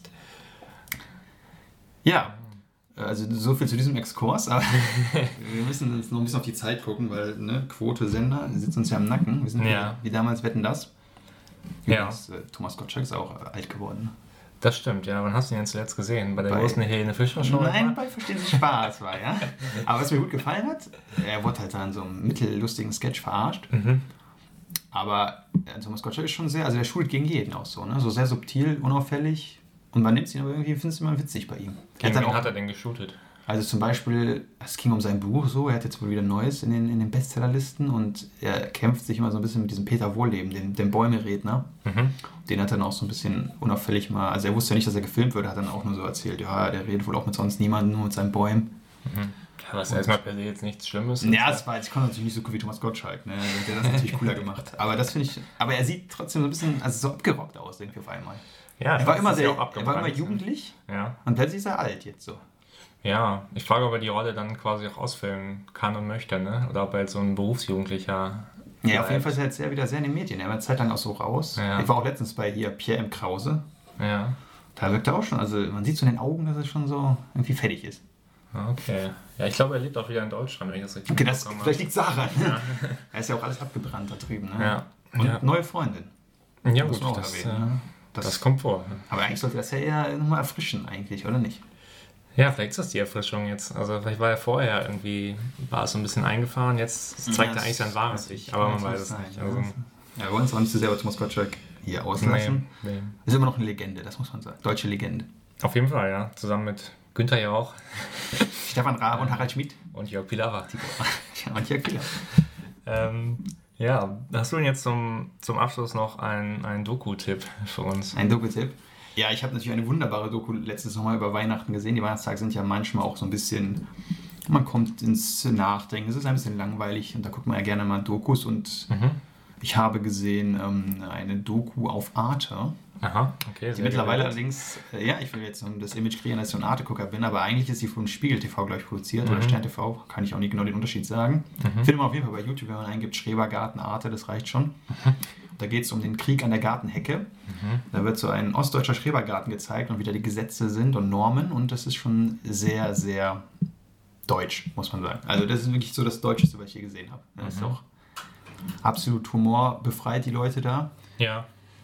Speaker 1: Ja, also so viel zu diesem Exkurs. Aber wir müssen jetzt noch ein bisschen auf die Zeit gucken, weil ne, Quote Sender sitzt uns ja im Nacken. Wir sind
Speaker 2: ja.
Speaker 1: wie, wie damals Wetten, das.
Speaker 2: Ja.
Speaker 1: Das, äh, Thomas Gottschalk ist auch äh, alt geworden.
Speaker 2: Das stimmt, ja. Wann hast du ihn denn zuletzt gesehen? Bei der bei, großen Helene Fischer Show?
Speaker 1: Nein, bei Verstehen Sie Spaß war, ja. Aber was mir gut gefallen hat, er wurde halt an so einem mittellustigen Sketch verarscht. Mhm. Aber äh, Thomas Gottschalk ist schon sehr, also der schult gegen jeden auch so, ne? So sehr subtil, unauffällig. Und man nimmt ihn aber irgendwie, findet es immer witzig bei ihm.
Speaker 2: Gegen wen hat er denn geshootet?
Speaker 1: Also zum Beispiel, es ging um sein Buch so, er hat jetzt wohl wieder Neues in den, in den Bestsellerlisten und er kämpft sich immer so ein bisschen mit diesem Peter Wohlleben, dem, dem Bäume-Redner. Mhm. Den hat er dann auch so ein bisschen unauffällig mal, also er wusste ja nicht, dass er gefilmt wird, hat dann auch nur so erzählt, ja, der redet wohl auch mit sonst niemandem, nur mit seinen Bäumen.
Speaker 2: Mhm. Ja, was erstmal per se jetzt nichts Schlimmes.
Speaker 1: Ja, es war, ich konnte natürlich nicht so cool wie Thomas Gottschalk, ne? Der hat das natürlich cooler gemacht. Aber das finde ich, aber er sieht trotzdem so ein bisschen, also so abgerockt aus, irgendwie auf einmal.
Speaker 2: Ja,
Speaker 1: er war immer sehr, er war immer jugendlich
Speaker 2: ja.
Speaker 1: Und plötzlich ist er alt jetzt so.
Speaker 2: Ja, ich frage, ob er die Rolle dann quasi auch ausfüllen kann und möchte, ne? Oder ob er jetzt so ein Berufsjugendlicher...
Speaker 1: Ja, bleibt. Auf jeden Fall ist er jetzt sehr, wieder sehr in den Medien. Er war eine Zeit lang auch so raus. Ja. Ich war auch letztens bei hier Pierre M. Krause.
Speaker 2: Ja.
Speaker 1: Da wirkt er auch schon, also man sieht so in den Augen, dass er schon so irgendwie fertig ist.
Speaker 2: Okay. Ja, ich glaube, er lebt auch wieder in Deutschland, wenn ich das richtig
Speaker 1: Okay, das vielleicht liegt es daran. Ja. Er ist ja auch alles abgebrannt da drüben, ne?
Speaker 2: Ja.
Speaker 1: Und
Speaker 2: ja.
Speaker 1: neue Freundin.
Speaker 2: Ja, gut, das, erwähnen, ne? das, das kommt vor. Ne?
Speaker 1: Aber eigentlich sollte das ja eher nochmal erfrischen, eigentlich, oder nicht?
Speaker 2: Ja, vielleicht ist das die Erfrischung jetzt. Also vielleicht war er vorher irgendwie, war es so ein bisschen eingefahren, jetzt zeigt ja, er eigentlich sein wahres Ich, aber man weiß es sein, nicht. Also,
Speaker 1: ja, wir wollen uns auch nicht zu sehr über Thomas Gottschalk hier auslassen. Nee, nee. Ist immer noch eine Legende, das muss man sagen. Deutsche Legende.
Speaker 2: Auf jeden Fall, ja. Zusammen mit Günther Jauch.
Speaker 1: Stefan Raab und Harald Schmidt.
Speaker 2: Und Jörg Pilawa.
Speaker 1: und Jörg Pilawa.
Speaker 2: ähm, ja, hast du denn jetzt zum, zum Abschluss noch einen, einen Doku-Tipp für uns?
Speaker 1: Ein Doku-Tipp? Ja, ich habe natürlich eine wunderbare Doku letztes Mal über Weihnachten gesehen. Die Weihnachtstage sind ja manchmal auch so ein bisschen, man kommt ins Nachdenken, es ist ein bisschen langweilig und da guckt man ja gerne mal Dokus und mhm. ich habe gesehen ähm, eine Doku auf Arte.
Speaker 2: Aha, okay.
Speaker 1: Die mittlerweile allerdings, äh, ja, ich will jetzt um das Image kreieren, dass ich so ein Arte-Gucker bin, aber eigentlich ist sie von Spiegel T V, glaube ich, produziert mhm. oder Stern T V, kann ich auch nicht genau den Unterschied sagen. Mhm. Findet man auf jeden Fall bei YouTube, wenn man eingibt, Schrebergarten, Arte, das reicht schon. Mhm. Da geht es um den Krieg an der Gartenhecke. Mhm. Da wird so ein ostdeutscher Schrebergarten gezeigt und wie da die Gesetze sind und Normen und das ist schon sehr, sehr deutsch, muss man sagen. Also das ist wirklich so das Deutscheste, was ich je gesehen habe. Das mhm. ist auch absolut Humor, befreit die Leute da.
Speaker 2: Ja.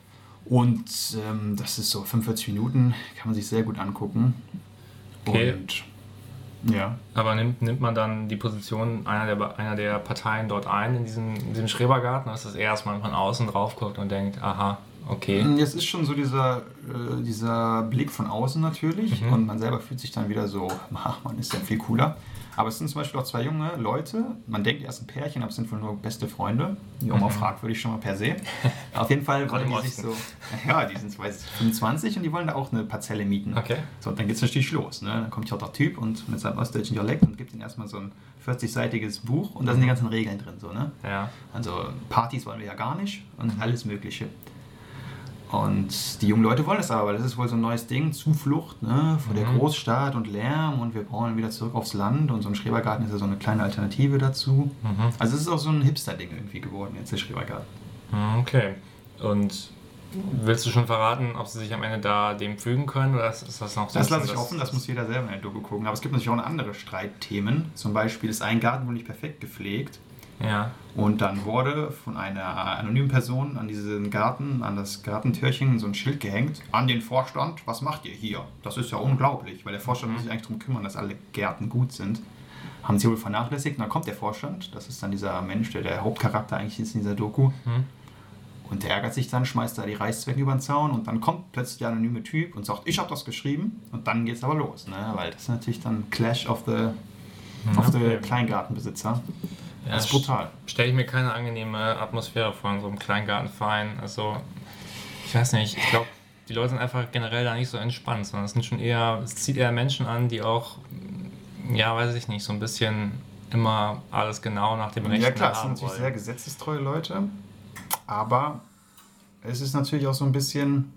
Speaker 1: Und ähm, das ist so fünfundvierzig Minuten, kann man sich sehr gut angucken.
Speaker 2: Okay.
Speaker 1: Und ja.
Speaker 2: Aber nimmt, nimmt man dann die Position einer der, einer der Parteien dort ein in diesem, in diesem Schrebergarten? Oder ist das eher, dass man von außen drauf guckt und denkt, aha, okay.
Speaker 1: Es ist schon so dieser, äh, dieser Blick von außen natürlich mhm. und man selber fühlt sich dann wieder so, ach, man ist ja viel cooler. Aber es sind zum Beispiel auch zwei junge Leute, man denkt erst ein Pärchen, aber es sind wohl nur beste Freunde. Die Oma mhm. fragwürdig schon mal per se. Auf jeden Fall wollen die sich so, ja, die sind fünfundzwanzig und die wollen da auch eine Parzelle mieten.
Speaker 2: Okay.
Speaker 1: So, und dann geht es natürlich los. Ne? Dann kommt hier auch der Typ und mit seinem ostdeutschen Dialekt und gibt ihnen erstmal so ein vierzigseitiges Buch und da sind die ganzen Regeln drin. So, ne?
Speaker 2: Ja.
Speaker 1: Also Partys wollen wir ja gar nicht und alles Mögliche. Und die jungen Leute wollen es aber, weil das ist wohl so ein neues Ding, Zuflucht, ne, vor mhm. der Großstadt und Lärm und wir brauchen wieder zurück aufs Land und so ein Schrebergarten ist ja so eine kleine Alternative dazu. Mhm. Also es ist auch so ein Hipster-Ding irgendwie geworden, jetzt der Schrebergarten.
Speaker 2: Okay. Und willst du schon verraten, ob sie sich am Ende da dem fügen können oder ist das noch so?
Speaker 1: Das lasse ich offen, das muss jeder selber in der Doku gucken. Aber es gibt natürlich auch andere Streitthemen. Zum Beispiel ist ein Garten wohl nicht perfekt gepflegt.
Speaker 2: Ja.
Speaker 1: Und dann wurde von einer anonymen Person an diesen Garten, an das Gartentürchen so ein Schild gehängt. An den Vorstand, was macht ihr hier? Das ist ja unglaublich, weil der Vorstand mhm. muss sich eigentlich darum kümmern, dass alle Gärten gut sind. haben sie wohl vernachlässigt und dann kommt der Vorstand, das ist dann dieser Mensch, der der Hauptcharakter eigentlich ist in dieser Doku.
Speaker 2: Hm.
Speaker 1: Und der ärgert sich dann, schmeißt da die Reißzwecken über den Zaun und dann kommt plötzlich der anonyme Typ und sagt, ich habe das geschrieben und dann geht's aber los, ne? Weil das ist natürlich dann Clash of the,
Speaker 2: Ja,
Speaker 1: of the
Speaker 2: okay.
Speaker 1: Kleingartenbesitzer.
Speaker 2: Ja,
Speaker 1: Das ist brutal.
Speaker 2: Stelle ich mir keine angenehme Atmosphäre vor in so einem Kleingartenverein. Also, ich weiß nicht, ich glaube, die Leute sind einfach generell da nicht so entspannt, sondern es sind schon eher, es zieht eher Menschen an, die auch, ja, weiß ich nicht, so ein bisschen immer alles genau nach dem Rechten
Speaker 1: Ja klar, es sind
Speaker 2: haben
Speaker 1: natürlich
Speaker 2: wollen.
Speaker 1: sehr gesetzestreue Leute, aber es ist natürlich auch so ein bisschen,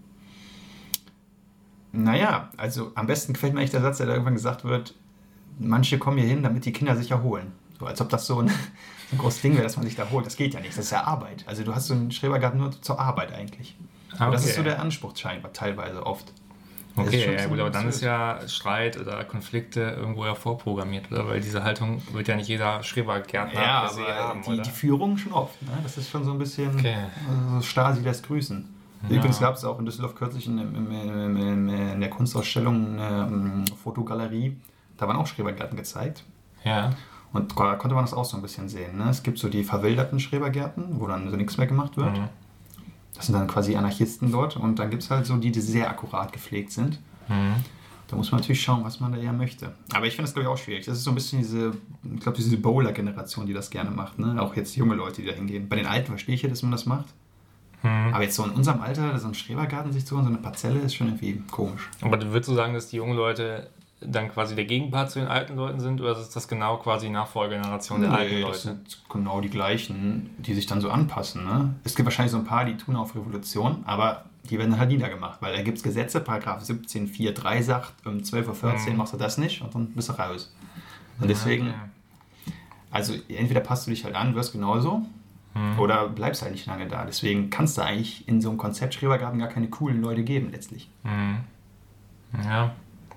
Speaker 1: naja, also am besten gefällt mir echt der Satz, der da irgendwann gesagt wird, manche kommen hier hin, damit die Kinder sich erholen. So, als ob das so ein, so ein großes Ding wäre, dass man sich da erholt. Das geht ja nicht, das ist ja Arbeit. Also du hast so einen Schrebergarten nur zur Arbeit eigentlich.
Speaker 2: Ah,
Speaker 1: Und das
Speaker 2: okay.
Speaker 1: ist so der Anspruch scheinbar, teilweise oft. Das ist
Speaker 2: Okay,
Speaker 1: schon
Speaker 2: ja
Speaker 1: so
Speaker 2: gut, aber dann
Speaker 1: süß.
Speaker 2: ist ja Streit oder Konflikte irgendwo ja vorprogrammiert, oder? Weil diese Haltung wird ja nicht jeder Schrebergärtner
Speaker 1: Ja,
Speaker 2: per se
Speaker 1: aber
Speaker 2: haben,
Speaker 1: die,
Speaker 2: oder?
Speaker 1: die Führung schon oft. Ne? Das ist schon so ein bisschen,
Speaker 2: Okay.
Speaker 1: also Stasi lässt grüßen.
Speaker 2: Ja.
Speaker 1: Übrigens gab es auch in Düsseldorf kürzlich in, in, in, in, in der Kunstausstellung eine um, Fotogalerie, da waren auch Schrebergärten gezeigt.
Speaker 2: Ja.
Speaker 1: Und da konnte man das auch so ein bisschen sehen. Ne? Es gibt so die verwilderten Schrebergärten, wo dann so nichts mehr gemacht wird.
Speaker 2: Mhm.
Speaker 1: Das sind dann quasi Anarchisten dort. Und dann gibt es halt so die, die sehr akkurat gepflegt sind.
Speaker 2: Mhm.
Speaker 1: Da muss man natürlich schauen, was man da eher möchte. Aber ich finde das, glaube ich, auch schwierig. Das ist so ein bisschen diese, ich glaube, diese Bowler-Generation, die das gerne macht. Ne? Auch jetzt junge Leute, die da hingehen. Bei den Alten verstehe ich ja, dass man das macht.
Speaker 2: Mhm.
Speaker 1: Aber jetzt so in unserem Alter, so einen Schrebergarten sich zu holen, so eine Parzelle, ist schon irgendwie komisch.
Speaker 2: Aber würdest du sagen, dass die jungen Leute dann quasi der Gegenpart zu den alten Leuten sind, oder ist das genau quasi die Nachfolgegeneration der alten
Speaker 1: Nee,
Speaker 2: Leute?
Speaker 1: das sind genau die gleichen, die sich dann so anpassen. Ne? Es gibt wahrscheinlich so ein paar, die tun auf Revolution, aber die werden dann halt niedergemacht, weil da gibt es Gesetze, Paragraph siebzehn Absatz vier Punkt drei sagt, um zwölf Uhr vierzehn
Speaker 2: Mhm.
Speaker 1: machst du das nicht und dann bist du raus. Und deswegen,
Speaker 2: Okay.
Speaker 1: also entweder passt du dich halt an, wirst genauso,
Speaker 2: Mhm.
Speaker 1: oder bleibst halt nicht lange da. Deswegen kannst du eigentlich in so einem Konzept Schrebergarten gar keine coolen Leute geben, letztlich.
Speaker 2: Mhm. Ja.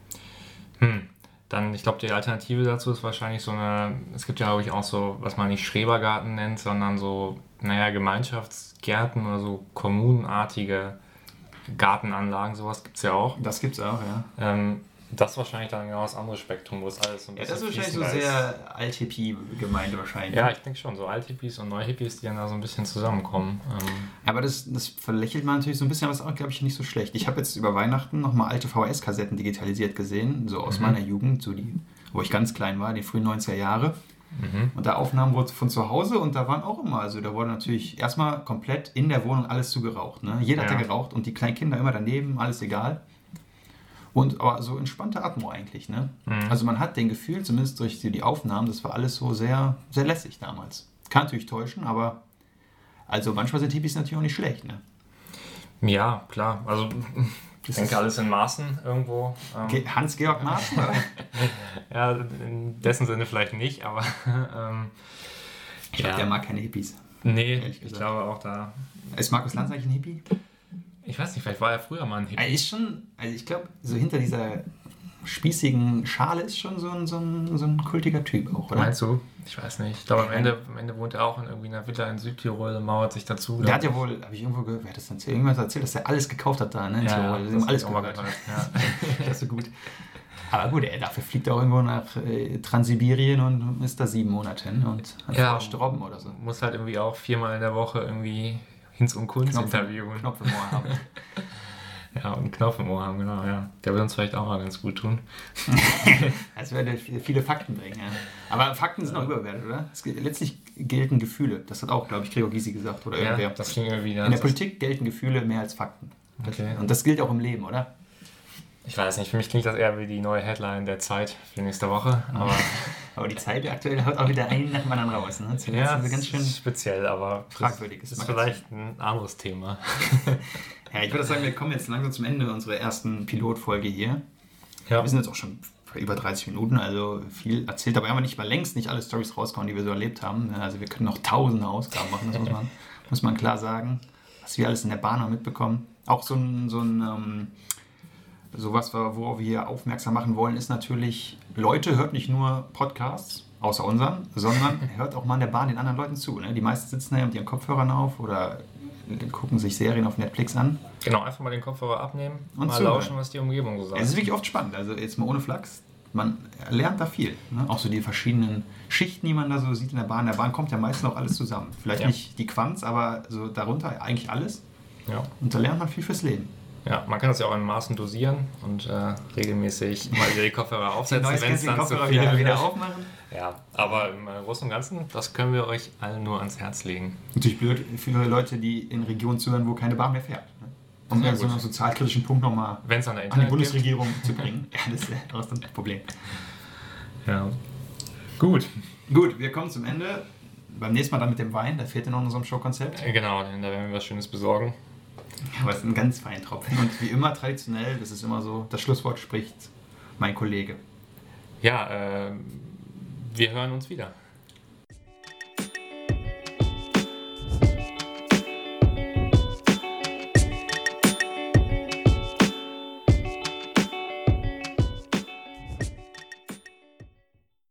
Speaker 2: Hm. Dann, ich glaube, die Alternative dazu ist wahrscheinlich so eine, es gibt ja, glaube ich, auch so, was man nicht Schrebergarten nennt, sondern so, naja, Gemeinschaftsgärten oder so kommunenartige Gartenanlagen, sowas gibt es ja auch.
Speaker 1: Das gibt's auch, ja.
Speaker 2: Ähm, das ist wahrscheinlich dann genau das andere Spektrum, wo es alles so ein
Speaker 1: Ja,
Speaker 2: bisschen
Speaker 1: das ist wahrscheinlich so
Speaker 2: fließender ist.
Speaker 1: sehr Alt-Hippie-Gemeinde wahrscheinlich.
Speaker 2: Ja, ich denke schon, so Alt-Hippies und Neu-Hippies, die dann da so ein bisschen zusammenkommen. Ähm,
Speaker 1: Aber das, das verlächelt man natürlich so ein bisschen, aber das ist auch, glaube ich, nicht so schlecht. Ich habe jetzt über Weihnachten nochmal alte V H S-Kassetten digitalisiert gesehen, so aus
Speaker 2: Mhm.
Speaker 1: meiner Jugend, so die, wo ich ganz klein war, die frühen neunziger Jahre.
Speaker 2: mhm.
Speaker 1: Und da Aufnahmen wurden von zu Hause und da waren auch immer, also da wurde natürlich erstmal komplett in der Wohnung alles zugeraucht. Ne? Jeder hat
Speaker 2: Ja.
Speaker 1: da geraucht und die kleinen Kinder immer daneben, alles egal. Und aber so entspannte Atmo eigentlich. Ne?
Speaker 2: Mhm.
Speaker 1: Also man hat den Gefühl, zumindest durch die die Aufnahmen, das war alles so sehr, sehr lässig damals. Kann natürlich täuschen, aber also manchmal sind Hippies natürlich auch nicht schlecht. Ne?
Speaker 2: Ja, klar. Also ich denke, alles in Maßen irgendwo. Ähm,
Speaker 1: Ge- Hans-Georg Maaßen, oder?
Speaker 2: ja, in dessen Sinne vielleicht nicht, aber ähm,
Speaker 1: Ich glaube,
Speaker 2: ja.
Speaker 1: der mag keine Hippies.
Speaker 2: Nee,
Speaker 1: Ehrlich
Speaker 2: ich
Speaker 1: gesagt.
Speaker 2: glaube auch da.
Speaker 1: Ist Markus Lanz eigentlich ein Hippie?
Speaker 2: Ich weiß nicht, vielleicht war er früher mal ein Hippie.
Speaker 1: Er ist schon, also ich glaube, so hinter dieser spießigen Schale ist schon so ein, so ein, so ein kultiger Typ auch, oder?
Speaker 2: Meinst du? Ich weiß nicht. Ich glaube, am Ende, am Ende wohnt er auch in irgendwie einer Villa in Südtirol und mauert sich dazu.
Speaker 1: Der hat ja wohl, habe ich irgendwo gehört, wer hat das erzählt? Irgendwas erzählt, dass er alles gekauft hat da, ne? in
Speaker 2: ja,
Speaker 1: Tirol.
Speaker 2: ja,
Speaker 1: Das ist ihm alles
Speaker 2: hab ich auch mal
Speaker 1: gehört.
Speaker 2: gehört. Ja.
Speaker 1: Das ist so gut. Aber gut, er dafür fliegt er auch irgendwo nach äh, Transsibirien und ist da sieben Monate hin und hat
Speaker 2: Ja.
Speaker 1: vorher Strobben oder so.
Speaker 2: Muss halt irgendwie auch viermal in der Woche irgendwie Hinz und Kunst
Speaker 1: Knopf,
Speaker 2: interviewen.
Speaker 1: Knopf im Ohr haben.
Speaker 2: Ja, und einen Knopf im Ohr haben, genau, ja. Der wird uns vielleicht auch mal ganz gut tun.
Speaker 1: Also würde viele Fakten bringen, ja. Aber Fakten sind auch überbewertet, oder? Es, gilt- letztlich gelten Gefühle. Das hat auch, glaube ich, Gregor Gysi gesagt oder
Speaker 2: Ja,
Speaker 1: irgendwer.
Speaker 2: das klingt irgendwie
Speaker 1: In der Politik gelten Gefühle mehr als Fakten. Das,
Speaker 2: Okay.
Speaker 1: Und das gilt auch im Leben, oder?
Speaker 2: Ich weiß nicht, für mich klingt das eher wie die neue Headline der Zeit für nächste Woche. Aber
Speaker 1: Aber die Zeit aktuell haut auch wieder einen nach dem anderen raus. Ne? Zuletzt
Speaker 2: ja,
Speaker 1: sind wir ganz
Speaker 2: das
Speaker 1: schön.
Speaker 2: ist speziell, aber
Speaker 1: fragwürdig.
Speaker 2: Das
Speaker 1: Das
Speaker 2: ist
Speaker 1: mag
Speaker 2: vielleicht ein anderes Thema.
Speaker 1: Ja, ich würde sagen, wir kommen jetzt langsam zum Ende unserer ersten Pilotfolge hier.
Speaker 2: Ja,
Speaker 1: Wir sind jetzt auch schon bei über dreißig Minuten, also viel erzählt, aber wir haben nicht mal längst nicht alle Storys rausgehauen, die wir so erlebt haben. Also wir können noch tausende Ausgaben machen, das muss man, muss man klar sagen. Was wir alles in der Bahn noch mitbekommen. Auch so ein, so ein ähm, sowas, worauf wir hier aufmerksam machen wollen, ist natürlich, Leute, hört nicht nur Podcasts, außer unseren, sondern hört auch mal in der Bahn den anderen Leuten zu. Ne? Die meisten sitzen da mit ihren Kopfhörern auf oder gucken sich Serien auf Netflix an.
Speaker 2: genau, einfach mal den Kopfhörer abnehmen
Speaker 1: Und
Speaker 2: mal
Speaker 1: zuhören.
Speaker 2: lauschen, was die Umgebung so sagt.
Speaker 1: Es ist wirklich oft spannend, also jetzt mal ohne Flachs. man lernt da viel. Ne? Auch so die verschiedenen Schichten, die man da so sieht in der Bahn. In der Bahn kommt ja meistens auch alles zusammen. Vielleicht
Speaker 2: ja.
Speaker 1: nicht die Quants, aber so darunter eigentlich alles.
Speaker 2: Ja.
Speaker 1: Und da lernt man viel fürs Leben.
Speaker 2: Ja, man kann das ja auch in Maßen dosieren und äh, regelmäßig mal wieder die Kopfhörer aufsetzen, wenn es dann
Speaker 1: Kopfhörer
Speaker 2: zu viel
Speaker 1: wieder,
Speaker 2: wird.
Speaker 1: wieder aufmachen.
Speaker 2: Ja, aber im äh, Großen und Ganzen, das können wir euch allen nur ans Herz legen.
Speaker 1: Natürlich blöd für Leute, die in Regionen zuhören, wo keine Bahn mehr fährt. Ne? Um ja, so einen sozialkritischen Punkt nochmal
Speaker 2: an, an
Speaker 1: die Bundesregierung gibt. zu bringen. Ja, das ist auch so ein Problem.
Speaker 2: Ja. Gut.
Speaker 1: Gut, wir kommen zum Ende. Beim nächsten Mal dann mit dem Wein, da fehlt ja noch in unserem Showkonzept.
Speaker 2: Genau, da werden wir was Schönes besorgen.
Speaker 1: Aber es ist ein ganz feiner Tropfen. Und wie immer traditionell, das ist immer so, das Schlusswort spricht mein Kollege.
Speaker 2: Ja, äh, wir hören uns wieder.